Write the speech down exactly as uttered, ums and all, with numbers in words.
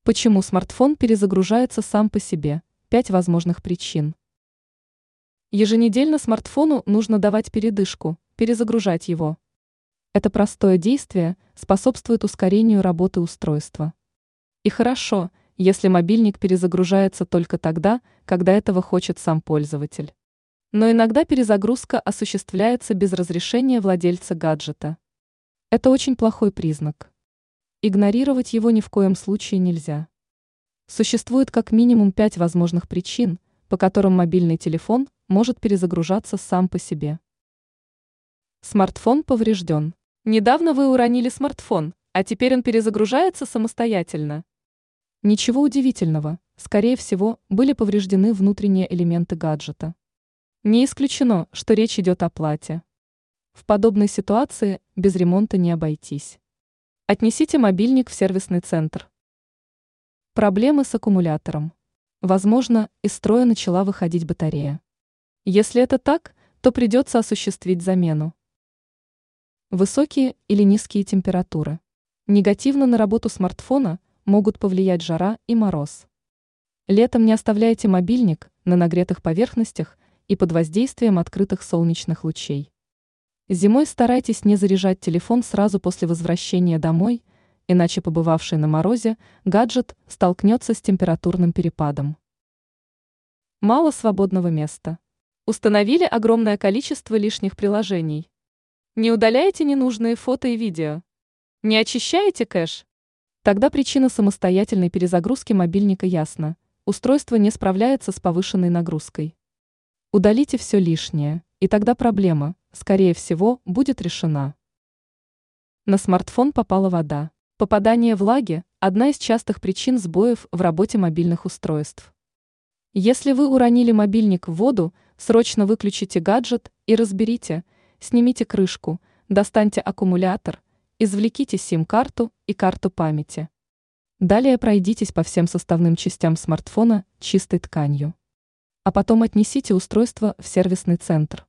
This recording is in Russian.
Почему смартфон перезагружается сам по себе? Пять возможных причин. Еженедельно смартфону нужно давать передышку, перезагружать его. Это простое действие способствует ускорению работы устройства. И хорошо, если мобильник перезагружается только тогда, когда этого хочет сам пользователь. Но иногда перезагрузка осуществляется без разрешения владельца гаджета. Это очень плохой признак. Игнорировать его ни в коем случае нельзя. Существует как минимум пять возможных причин, по которым мобильный телефон может перезагружаться сам по себе. Смартфон поврежден. Недавно вы уронили смартфон, а теперь он перезагружается самостоятельно. Ничего удивительного, скорее всего, были повреждены внутренние элементы гаджета. Не исключено, что речь идет о плате. В подобной ситуации без ремонта не обойтись. Отнесите мобильник в сервисный центр. Проблемы с аккумулятором. Возможно, из строя начала выходить батарея. Если это так, то придется осуществить замену. Высокие или низкие температуры. Негативно на работу смартфона могут повлиять жара и мороз. Летом не оставляйте мобильник на нагретых поверхностях и под воздействием открытых солнечных лучей. Зимой старайтесь не заряжать телефон сразу после возвращения домой, иначе побывавший на морозе гаджет столкнется с температурным перепадом. Мало свободного места. Установили огромное количество лишних приложений. Не удаляйте ненужные фото и видео. Не очищаете кэш. Тогда причина самостоятельной перезагрузки мобильника ясна. Устройство не справляется с повышенной нагрузкой. Удалите все лишнее, и тогда проблема, скорее всего, будет решена. На смартфон попала вода. Попадание влаги – одна из частых причин сбоев в работе мобильных устройств. Если вы уронили мобильник в воду, срочно выключите гаджет и разберите, снимите крышку, достаньте аккумулятор, извлеките сим-карту и карту памяти. Далее пройдитесь по всем составным частям смартфона чистой тканью. А потом отнесите устройство в сервисный центр.